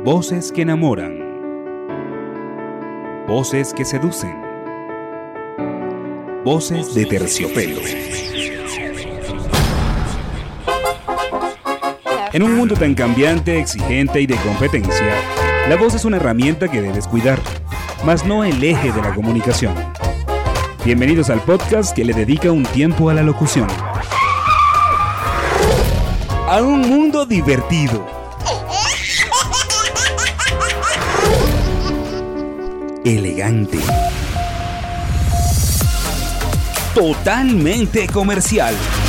Voces que enamoran. Voces que seducen. Voces de terciopelo. En un mundo tan cambiante, exigente y de competencia, la voz es una herramienta que debes cuidar, mas no el eje de la comunicación. Bienvenidos al podcast que le dedica un tiempo a la locución. A un mundo divertido. Elegante. Totalmente comercial.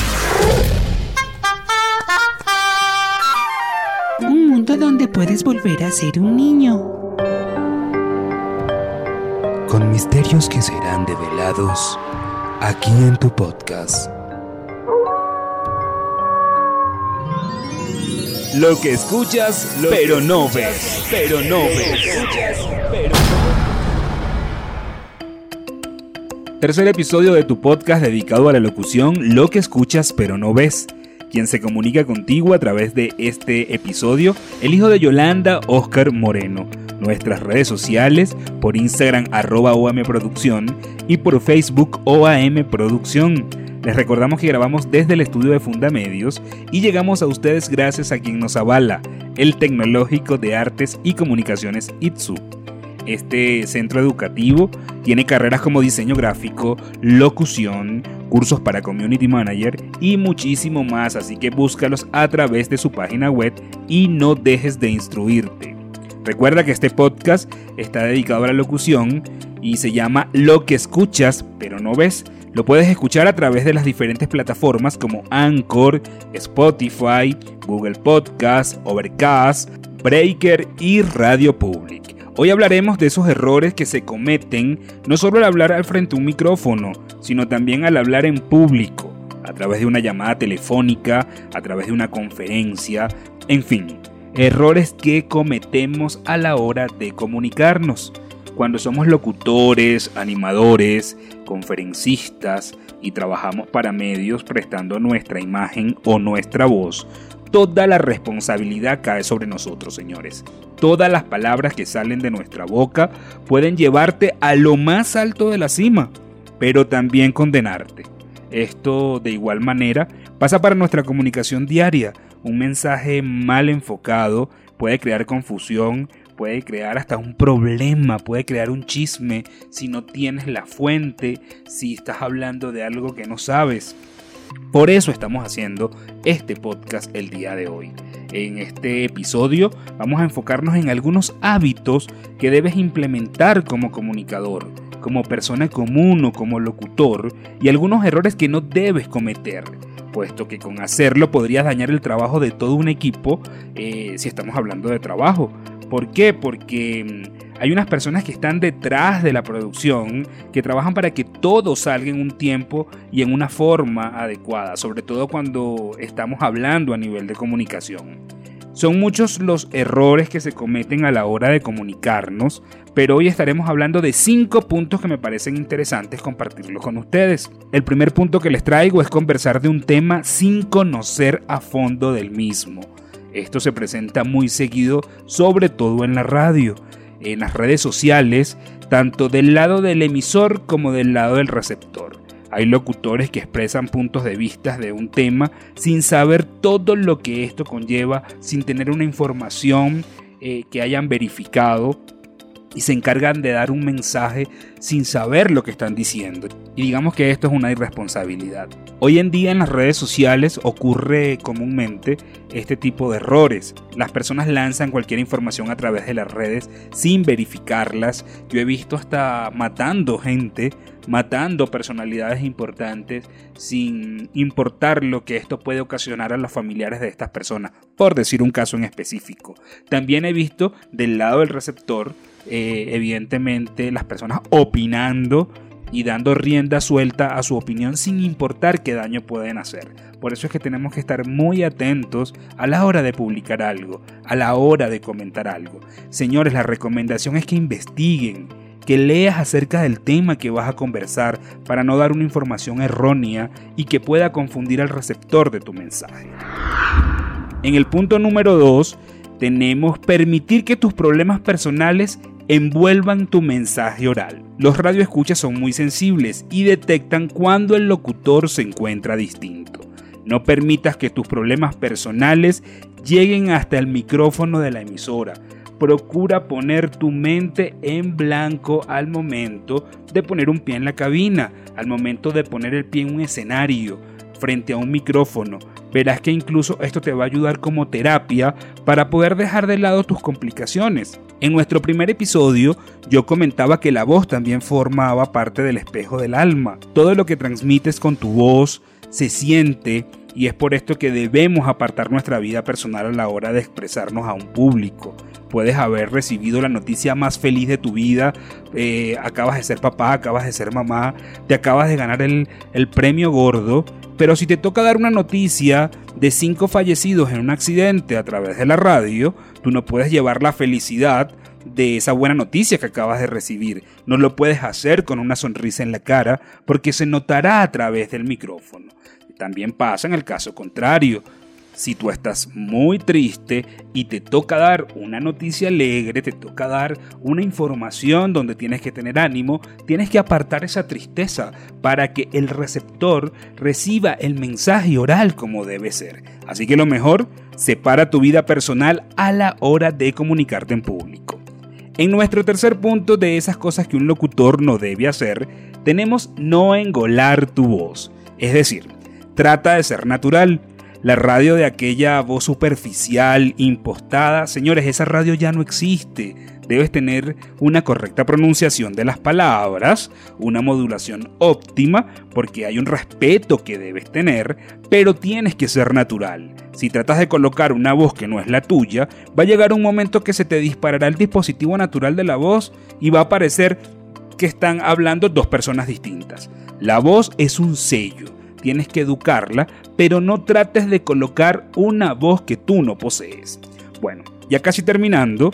Un mundo donde puedes volver a ser un niño. Con misterios que serán develados aquí en tu podcast. Lo que escuchas, pero no ves. Pero no ves. Tercer episodio de tu podcast dedicado a la locución Lo que escuchas, pero no ves. Quien se comunica contigo a través de este episodio, el hijo de Yolanda, Oscar Moreno. Nuestras redes sociales, por Instagram @OAMProducción y por Facebook OAM Producción. Les recordamos que grabamos desde el estudio de Fundamedios y llegamos a ustedes gracias a quien nos avala, el Tecnológico de Artes y Comunicaciones ITSU. Este centro educativo tiene carreras como diseño gráfico, locución, cursos para community manager y muchísimo más, así que búscalos a través de su página web y no dejes de instruirte. Recuerda que este podcast está dedicado a la locución y se llama Lo que escuchas, pero no ves. Lo puedes escuchar a través de las diferentes plataformas como Anchor, Spotify, Google Podcast, Overcast, Breaker y Radio Public. Hoy hablaremos de esos errores que se cometen no solo al hablar al frente a un micrófono, sino también al hablar en público, a través de una llamada telefónica, a través de una conferencia, en fin, errores que cometemos a la hora de comunicarnos. Cuando somos locutores, animadores, conferencistas y trabajamos para medios prestando nuestra imagen o nuestra voz, toda la responsabilidad cae sobre nosotros, señores. Todas las palabras que salen de nuestra boca pueden llevarte a lo más alto de la cima, pero también condenarte. Esto, de igual manera, pasa para nuestra comunicación diaria. Un mensaje mal enfocado puede crear confusión, puede crear hasta un problema, puede crear un chisme si no tienes la fuente, si estás hablando de algo que no sabes. Por eso estamos haciendo este podcast el día de hoy. En este episodio vamos a enfocarnos en algunos hábitos que debes implementar como comunicador, como persona común o como locutor, y algunos errores que no debes cometer, puesto que con hacerlo podrías dañar el trabajo de todo un equipo si estamos hablando de trabajo. ¿Por qué? Porque hay unas personas que están detrás de la producción que trabajan para que todo salga en un tiempo y en una forma adecuada, sobre todo cuando estamos hablando a nivel de comunicación. Son muchos los errores que se cometen a la hora de comunicarnos, pero hoy estaremos hablando de 5 puntos que me parecen interesantes compartirlos con ustedes. El primer punto que les traigo es conversar de un tema sin conocer a fondo del mismo. Esto se presenta muy seguido, sobre todo en la radio, en las redes sociales, tanto del lado del emisor como del lado del receptor. Hay locutores que expresan puntos de vista de un tema sin saber todo lo que esto conlleva, sin tener una información que hayan verificado, y se encargan de dar un mensaje sin saber lo que están diciendo. Y digamos que esto es una irresponsabilidad. Hoy en día en las redes sociales ocurre comúnmente este tipo de errores. Las personas lanzan cualquier información a través de las redes sin verificarlas. Yo he visto hasta matando gente, matando personalidades importantes sin importar lo que esto puede ocasionar a los familiares de estas personas, por decir un caso en específico. También he visto del lado del receptor, evidentemente, las personas opinando y dando rienda suelta a su opinión sin importar qué daño pueden hacer. Por eso es que tenemos que estar muy atentos a la hora de publicar algo, a la hora de comentar algo. Señores, la recomendación es que investiguen, que leas acerca del tema que vas a conversar para no dar una información errónea y que pueda confundir al receptor de tu mensaje. En el punto número 2, tenemos permitir que tus problemas personales envuelvan tu mensaje oral. Los radioescuchas son muy sensibles y detectan cuando el locutor se encuentra distinto. No permitas que tus problemas personales lleguen hasta el micrófono de la emisora. Procura poner tu mente en blanco al momento de poner un pie en la cabina, al momento de poner el pie en un escenario, frente a un micrófono. Verás que incluso esto te va a ayudar como terapia para poder dejar de lado tus complicaciones. En nuestro primer episodio yo comentaba que la voz también formaba parte del espejo del alma. Todo lo que transmites con tu voz se siente, y es por esto que debemos apartar nuestra vida personal a la hora de expresarnos a un público. Puedes haber recibido la noticia más feliz de tu vida, acabas de ser papá, acabas de ser mamá, te acabas de ganar el premio gordo, pero si te toca dar una noticia de 5 fallecidos en un accidente a través de la radio, tú no puedes llevar la felicidad de esa buena noticia que acabas de recibir. No lo puedes hacer con una sonrisa en la cara porque se notará a través del micrófono. También pasa en el caso contrario. Si tú estás muy triste y te toca dar una noticia alegre, te toca dar una información donde tienes que tener ánimo, tienes que apartar esa tristeza para que el receptor reciba el mensaje oral como debe ser. Así que lo mejor, separa tu vida personal a la hora de comunicarte en público. En nuestro tercer punto de esas cosas que un locutor no debe hacer, tenemos no engolar tu voz. Es decir, trata de ser natural. La radio de aquella voz superficial, impostada, señores, esa radio ya no existe. Debes tener una correcta pronunciación de las palabras, una modulación óptima, porque hay un respeto que debes tener, pero tienes que ser natural. Si tratas de colocar una voz que no es la tuya, va a llegar un momento que se te disparará el dispositivo natural de la voz y va a parecer que están hablando dos personas distintas. La voz es un sello. Tienes que educarla, pero no trates de colocar una voz que tú no posees. Bueno, ya casi terminando,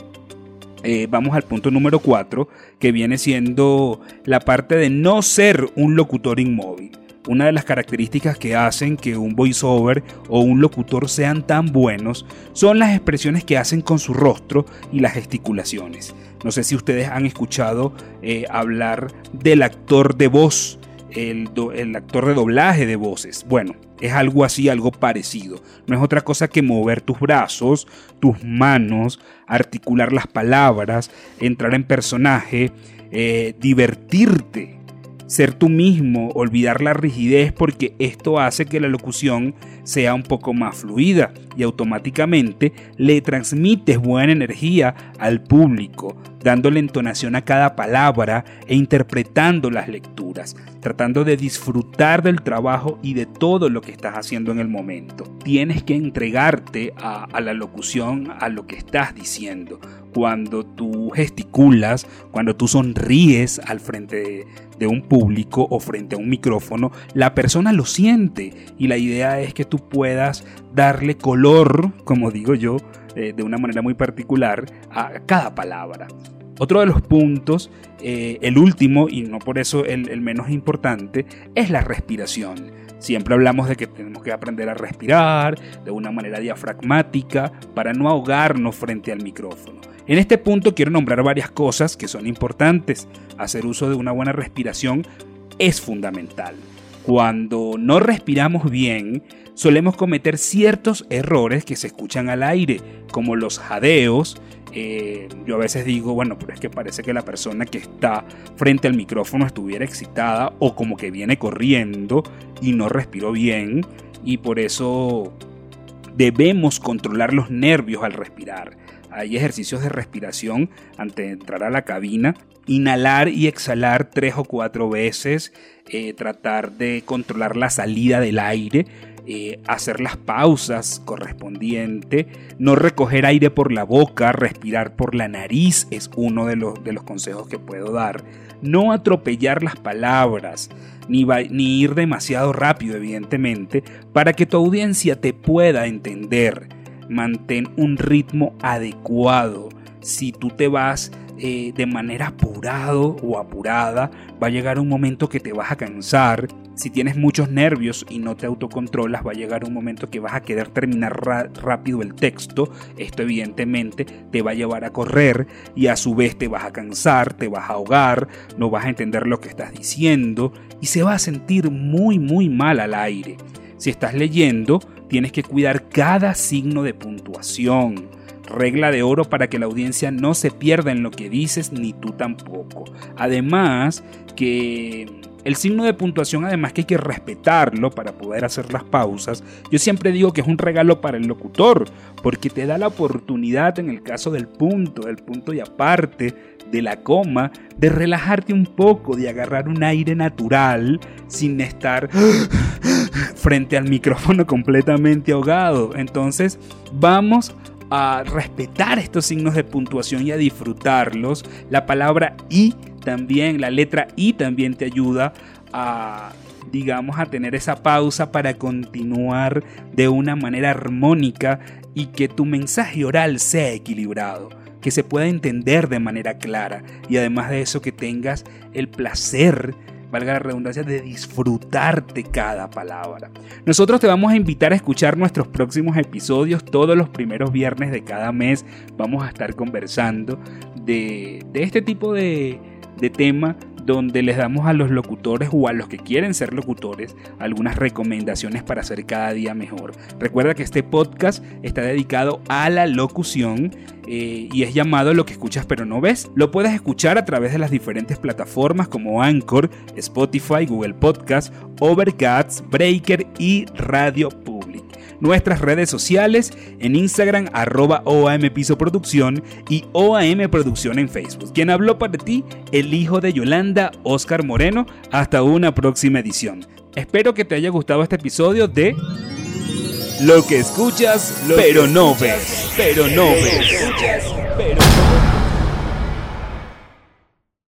vamos al punto número 4, que viene siendo la parte de no ser un locutor inmóvil. Una de las características que hacen que un voiceover o un locutor sean tan buenos son las expresiones que hacen con su rostro y las gesticulaciones. No sé si ustedes han escuchado hablar del actor de voz, el actor de doblaje de voces. Bueno, es algo así, algo parecido. No es otra cosa que mover tus brazos, tus manos, articular las palabras, entrar en personaje, divertirte, ser tú mismo, olvidar la rigidez, porque esto hace que la locución sea un poco más fluida y automáticamente le transmites buena energía al público, dándole entonación a cada palabra e interpretando las lecturas, tratando de disfrutar del trabajo y de todo lo que estás haciendo en el momento. Tienes que entregarte a la locución, a lo que estás diciendo. Cuando tú gesticulas, cuando tú sonríes al frente de un público o frente a un micrófono, la persona lo siente y la idea es que tú puedas darle color, como digo yo, de una manera muy particular a cada palabra. Otro de los puntos, el último y no por eso el menos importante, es la respiración. Siempre hablamos de que tenemos que aprender a respirar de una manera diafragmática para no ahogarnos frente al micrófono. En este punto quiero nombrar varias cosas que son importantes. Hacer uso de una buena respiración es fundamental. Cuando no respiramos bien, solemos cometer ciertos errores que se escuchan al aire, como los jadeos. Yo a veces digo, bueno, pero es que parece que la persona que está frente al micrófono estuviera excitada o como que viene corriendo y no respiró bien, y por eso debemos controlar los nervios al respirar. Hay ejercicios de respiración antes de entrar a la cabina. Inhalar y exhalar 3 o 4 veces. Tratar de controlar la salida del aire. Hacer las pausas correspondientes. No recoger aire por la boca. Respirar por la nariz es uno de los consejos que puedo dar. No atropellar las palabras. Ni ir demasiado rápido, evidentemente, para que tu audiencia te pueda entender. Mantén un ritmo adecuado. Si tú te vas de manera apurado o apurada, va a llegar un momento que te vas a cansar Si tienes muchos nervios y no te autocontrolas, va a llegar un momento que vas a querer terminar rápido el texto. Esto evidentemente te va a llevar a correr y a su vez te vas a cansar, te vas a ahogar, no vas a entender lo que estás diciendo y se va a sentir muy mal al aire. Si estás leyendo, tienes que cuidar cada signo de puntuación. Regla de oro para que la audiencia no se pierda en lo que dices ni tú tampoco. Además que el signo de puntuación, además que hay que respetarlo para poder hacer las pausas. Yo siempre digo que es un regalo para el locutor, porque te da la oportunidad en el caso del punto y aparte, de la coma, de relajarte un poco, de agarrar un aire natural sin estar frente al micrófono completamente ahogado. Entonces, vamos a respetar estos signos de puntuación y a disfrutarlos. La palabra y también, la letra I también te ayuda a tener esa pausa para continuar de una manera armónica y que tu mensaje oral sea equilibrado, que se pueda entender de manera clara y además de eso que tengas el placer, valga la redundancia, de disfrutarte cada palabra. Nosotros te vamos a invitar a escuchar nuestros próximos episodios. Todos los primeros viernes de cada mes vamos a estar conversando de este tipo de tema, donde les damos a los locutores o a los que quieren ser locutores algunas recomendaciones para hacer cada día mejor. Recuerda que este podcast está dedicado a la locución y es llamado Lo que escuchas pero no ves. Lo puedes escuchar a través de las diferentes plataformas como Anchor, Spotify, Google Podcast, Overcast, Breaker y Radio Public. Nuestras redes sociales en Instagram @OAMPisoProducción y OAM Producción en Facebook. Quien habló para ti, el hijo de Yolanda, Óscar Moreno. Hasta una próxima edición. Espero que te haya gustado este episodio de Lo que escuchas pero no ves.